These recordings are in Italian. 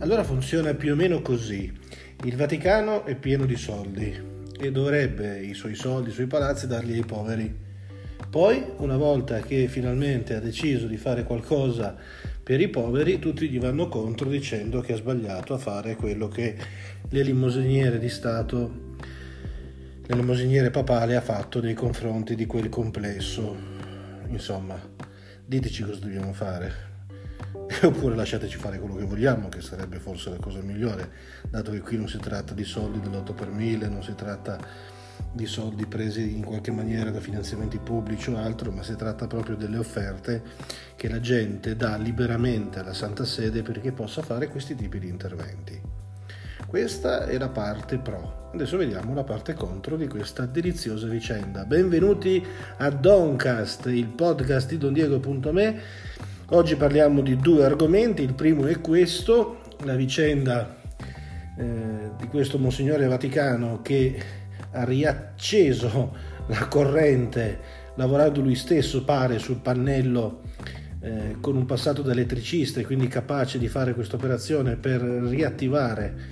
Allora funziona più o meno così. Il Vaticano è pieno di soldi e dovrebbe i suoi soldi, i suoi palazzi darli ai poveri. Poi, una volta che finalmente ha deciso di fare qualcosa per i poveri, tutti gli vanno contro dicendo che ha sbagliato a fare quello che l'elemosiniere di Stato, l'elemosiniere papale ha fatto nei confronti di quel complesso. Insomma, diteci cosa dobbiamo fare. Oppure lasciateci fare quello che vogliamo, che sarebbe forse la cosa migliore, dato che qui non si tratta di soldi dell'8 per 1000, non si tratta di soldi presi in qualche maniera da finanziamenti pubblici o altro, ma si tratta proprio delle offerte che la gente dà liberamente alla Santa Sede perché possa fare questi tipi di interventi. Questa è la parte pro. Adesso vediamo la parte contro di questa deliziosa vicenda. Benvenuti a Doncast, il podcast di dondiego.me. Oggi parliamo di due argomenti. Il primo è questo, la vicenda di questo Monsignore Vaticano che ha riacceso la corrente lavorando lui stesso, pare, sul pannello con un passato da elettricista e quindi capace di fare questa operazione per riattivare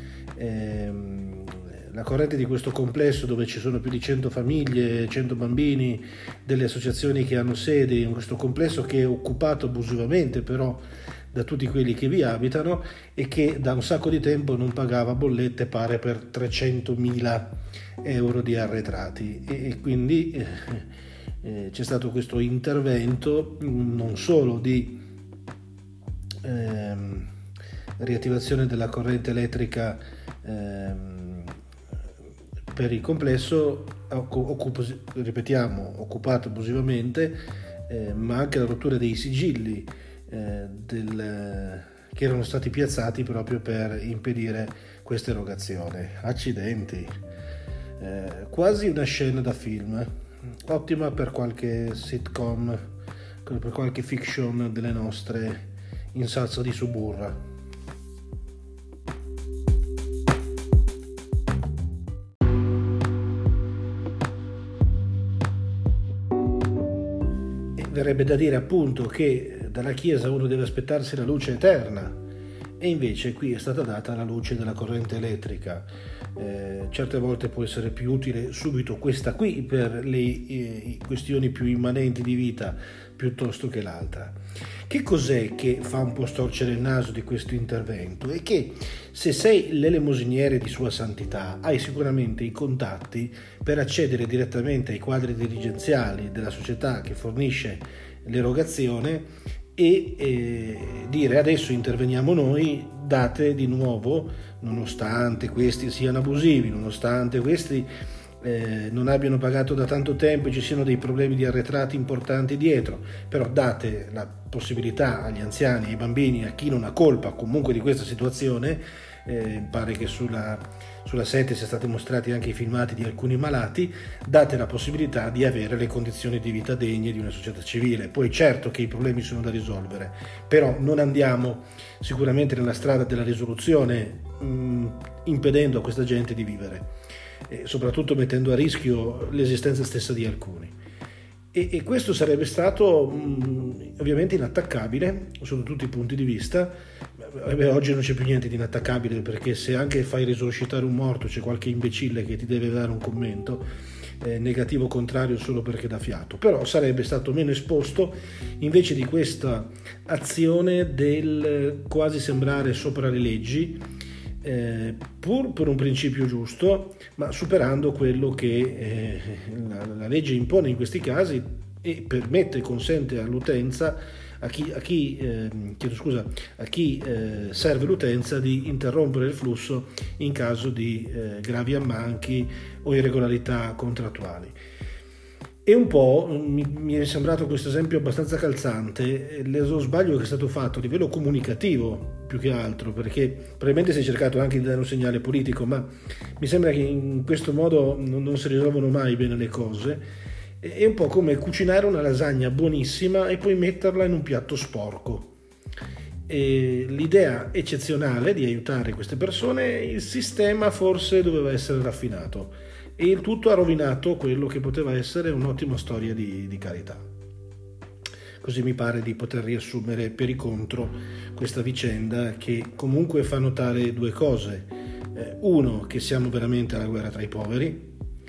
la corrente di questo complesso dove ci sono più di 100 famiglie, 100 bambini, delle associazioni che hanno sede in questo complesso che è occupato abusivamente però da tutti quelli che vi abitano e che da un sacco di tempo non pagava bollette, pare per 300.000 euro di arretrati e quindi c'è stato questo intervento non solo di riattivazione della corrente elettrica per il complesso, occupato abusivamente, ma anche la rottura dei sigilli che erano stati piazzati proprio per impedire questa erogazione. Accidenti, quasi una scena da film, ottima per qualche sitcom, per qualche fiction delle nostre in salsa di suburra. Verrebbe da dire appunto che dalla Chiesa uno deve aspettarsi la luce eterna e invece qui è stata data la luce della corrente elettrica. Certe volte può essere più utile subito questa qui per le questioni più immanenti di vita piuttosto che l'altra. Che cos'è che fa un po' storcere il naso di questo intervento? È che se sei l'elemosiniere di Sua Santità hai sicuramente i contatti per accedere direttamente ai quadri dirigenziali della società che fornisce l'erogazione e dire adesso interveniamo noi, date di nuovo, nonostante questi siano abusivi, nonostante questi non abbiano pagato da tanto tempo e ci siano dei problemi di arretrati importanti dietro, però date la possibilità agli anziani, ai bambini, a chi non ha colpa comunque di questa situazione. Pare che sulla 7 sia stati mostrati anche i filmati di alcuni malati, date la possibilità di avere le condizioni di vita degne di una società civile. Poi certo che i problemi sono da risolvere, però non andiamo sicuramente nella strada della risoluzione impedendo a questa gente di vivere e soprattutto mettendo a rischio l'esistenza stessa di alcuni. E questo sarebbe stato ovviamente inattaccabile sotto tutti i punti di vista. Oggi non c'è più niente di inattaccabile, perché se anche fai risuscitare un morto c'è qualche imbecille che ti deve dare un commento negativo contrario solo perché dà fiato, però sarebbe stato meno esposto invece di questa azione del quasi sembrare sopra le leggi, pur per un principio giusto, ma superando quello che la legge impone in questi casi e permette e consente all'utenza, a chi serve l'utenza, di interrompere il flusso in caso di gravi ammanchi o irregolarità contrattuali. E un po' mi è sembrato questo esempio abbastanza calzante lo sbaglio che è stato fatto a livello comunicativo più che altro, perché probabilmente si è cercato anche di dare un segnale politico, ma mi sembra che in questo modo non si risolvono mai bene le cose. È un po' come cucinare una lasagna buonissima e poi metterla in un piatto sporco. E l'idea eccezionale di aiutare queste persone, il sistema forse doveva essere raffinato e il tutto ha rovinato quello che poteva essere un'ottima storia di carità. Così mi pare di poter riassumere per i contro questa vicenda, che comunque fa notare due cose. Uno, che siamo veramente alla guerra tra i poveri,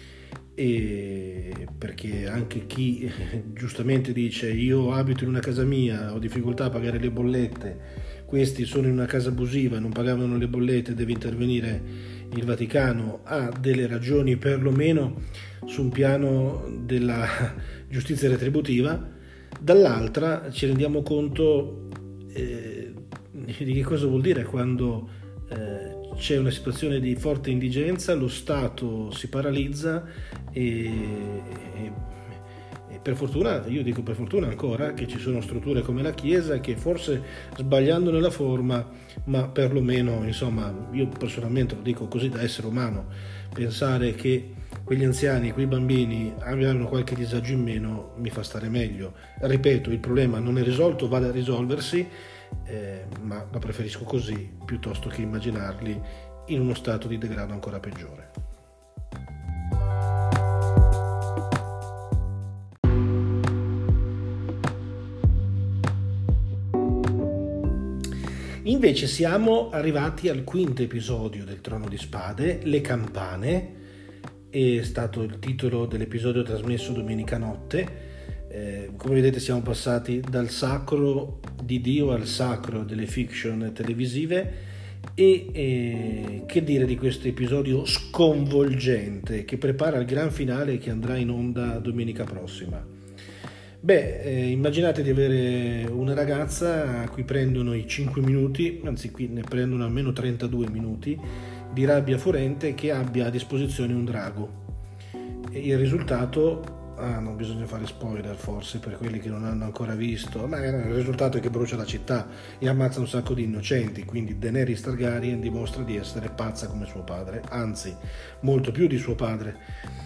e perché anche chi giustamente dice io abito in una casa mia, ho difficoltà a pagare le bollette, questi sono in una casa abusiva, non pagavano le bollette, deve intervenire il Vaticano, ha delle ragioni perlomeno su un piano della giustizia retributiva. Dall'altra ci rendiamo conto di che cosa vuol dire quando c'è una situazione di forte indigenza, lo Stato si paralizza e per fortuna, io dico per fortuna ancora, che ci sono strutture come la Chiesa che forse sbagliando nella forma, ma perlomeno, insomma, io personalmente lo dico così da essere umano, pensare che quegli anziani, quei bambini abbiano qualche disagio in meno mi fa stare meglio. Ripeto, il problema non è risolto, va a risolversi, ma la preferisco così piuttosto che immaginarli in uno stato di degrado ancora peggiore. Invece siamo arrivati al quinto episodio del Trono di Spade, Le campane, è stato il titolo dell'episodio trasmesso domenica notte. Come vedete siamo passati dal sacro di Dio al sacro delle fiction televisive e che dire di questo episodio sconvolgente che prepara il gran finale che andrà in onda domenica prossima. Immaginate di avere una ragazza a cui prendono i 5 minuti, anzi qui ne prendono almeno 32 minuti di rabbia furente, che abbia a disposizione un drago. E il risultato, non bisogna fare spoiler forse per quelli che non hanno ancora visto, ma il risultato è che brucia la città e ammazza un sacco di innocenti, quindi Daenerys Targaryen dimostra di essere pazza come suo padre, anzi molto più di suo padre.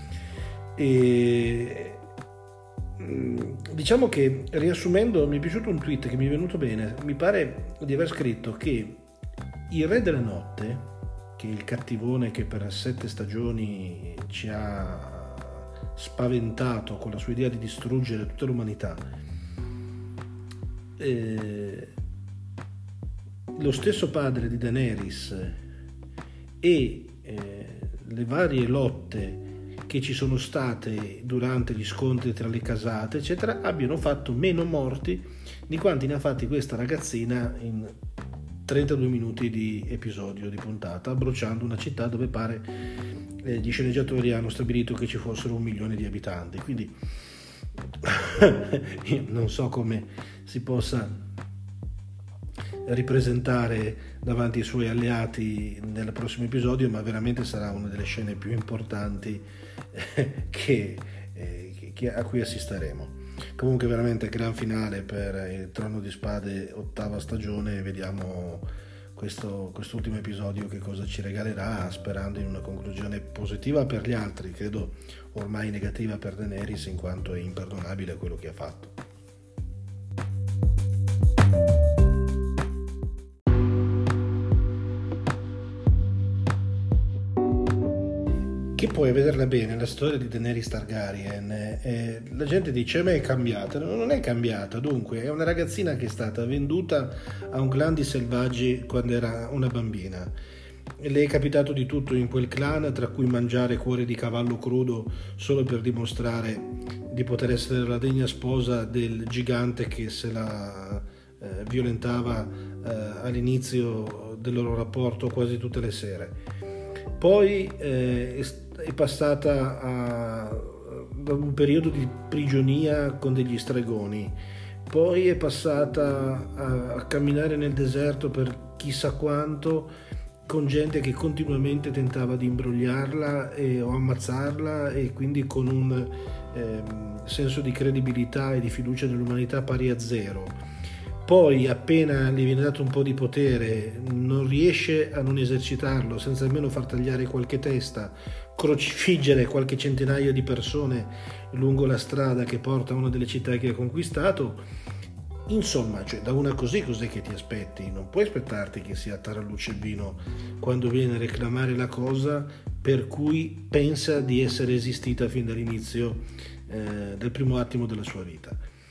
E diciamo che, riassumendo, mi è piaciuto un tweet che mi è venuto bene. Mi pare di aver scritto che il Re delle Notte, che è il cattivone che per 7 stagioni ci ha spaventato con la sua idea di distruggere tutta l'umanità, lo stesso padre di Daenerys e le varie lotte che ci sono state durante gli scontri tra le casate eccetera abbiano fatto meno morti di quanti ne ha fatti questa ragazzina in 32 minuti di episodio, di puntata, bruciando una città dove pare gli sceneggiatori hanno stabilito che ci fossero 1 milione di abitanti. Quindi io non so come si possa ripresentare davanti ai suoi alleati nel prossimo episodio, ma veramente sarà una delle scene più importanti a cui assisteremo. Comunque veramente gran finale per il Trono di Spade 8ª stagione. Vediamo quest'ultimo episodio che cosa ci regalerà, sperando in una conclusione positiva per gli altri, credo ormai negativa per Daenerys, in quanto è imperdonabile quello che ha fatto. Che poi, a vederla bene, la storia di Daenerys Targaryen, la gente dice ma è cambiata. Non è cambiata. Dunque, è una ragazzina che è stata venduta a un clan di selvaggi quando era una bambina. Le è capitato di tutto in quel clan, tra cui mangiare cuore di cavallo crudo solo per dimostrare di poter essere la degna sposa del gigante che se la violentava all'inizio del loro rapporto quasi tutte le sere. Poi è passata a un periodo di prigionia con degli stregoni, poi è passata a camminare nel deserto per chissà quanto con gente che continuamente tentava di imbrogliarla o ammazzarla, e quindi con un senso di credibilità e di fiducia nell'umanità pari a zero. Poi, appena gli viene dato un po' di potere, non riesce a non esercitarlo senza almeno far tagliare qualche testa, crocifiggere qualche centinaio di persone lungo la strada che porta a una delle città che ha conquistato. Insomma, da una così, cos'è che ti aspetti? Non puoi aspettarti che sia tarallucce e vino quando viene a reclamare la cosa per cui pensa di essere esistita fin dall'inizio del primo attimo della sua vita.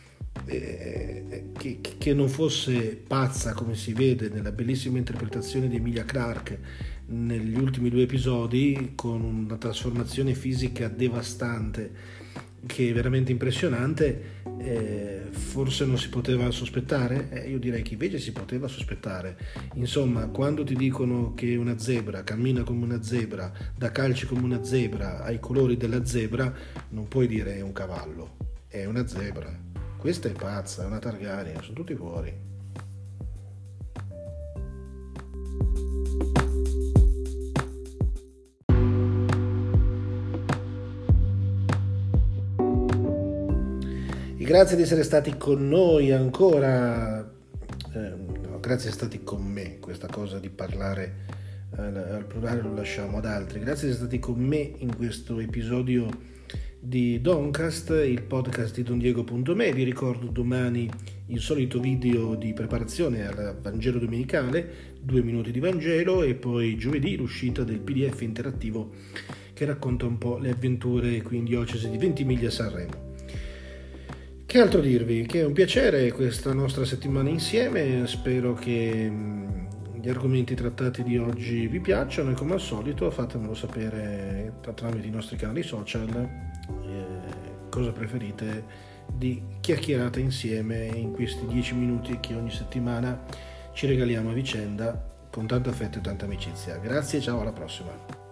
che non fosse pazza, come si vede nella bellissima interpretazione di Emilia Clarke negli ultimi 2 episodi, con una trasformazione fisica devastante che è veramente impressionante. Forse non si poteva sospettare? Io direi che invece si poteva sospettare. Insomma, quando ti dicono che una zebra cammina come una zebra, dà calci come una zebra, ha i colori della zebra, non puoi dire è un cavallo, è una zebra. Questa è pazza, è una Targaryen, sono tutti fuori. Grazie di essere stati con noi ancora, no, grazie di essere stati con me, questa cosa di parlare al plurale lo lasciamo ad altri. Grazie di essere stati con me in questo episodio di Doncast, il podcast di dondiego.me. Vi ricordo domani il solito video di preparazione al Vangelo domenicale, 2 minuti di Vangelo, e poi giovedì l'uscita del PDF interattivo che racconta un po' le avventure qui in diocesi di Ventimiglia-Sanremo. Che altro dirvi? Che è un piacere questa nostra settimana insieme, spero che gli argomenti trattati di oggi vi piacciono e come al solito fatemelo sapere tramite i nostri canali social cosa preferite di chiacchierata insieme in questi 10 minuti che ogni settimana ci regaliamo a vicenda con tanto affetto e tanta amicizia. Grazie, ciao, alla prossima.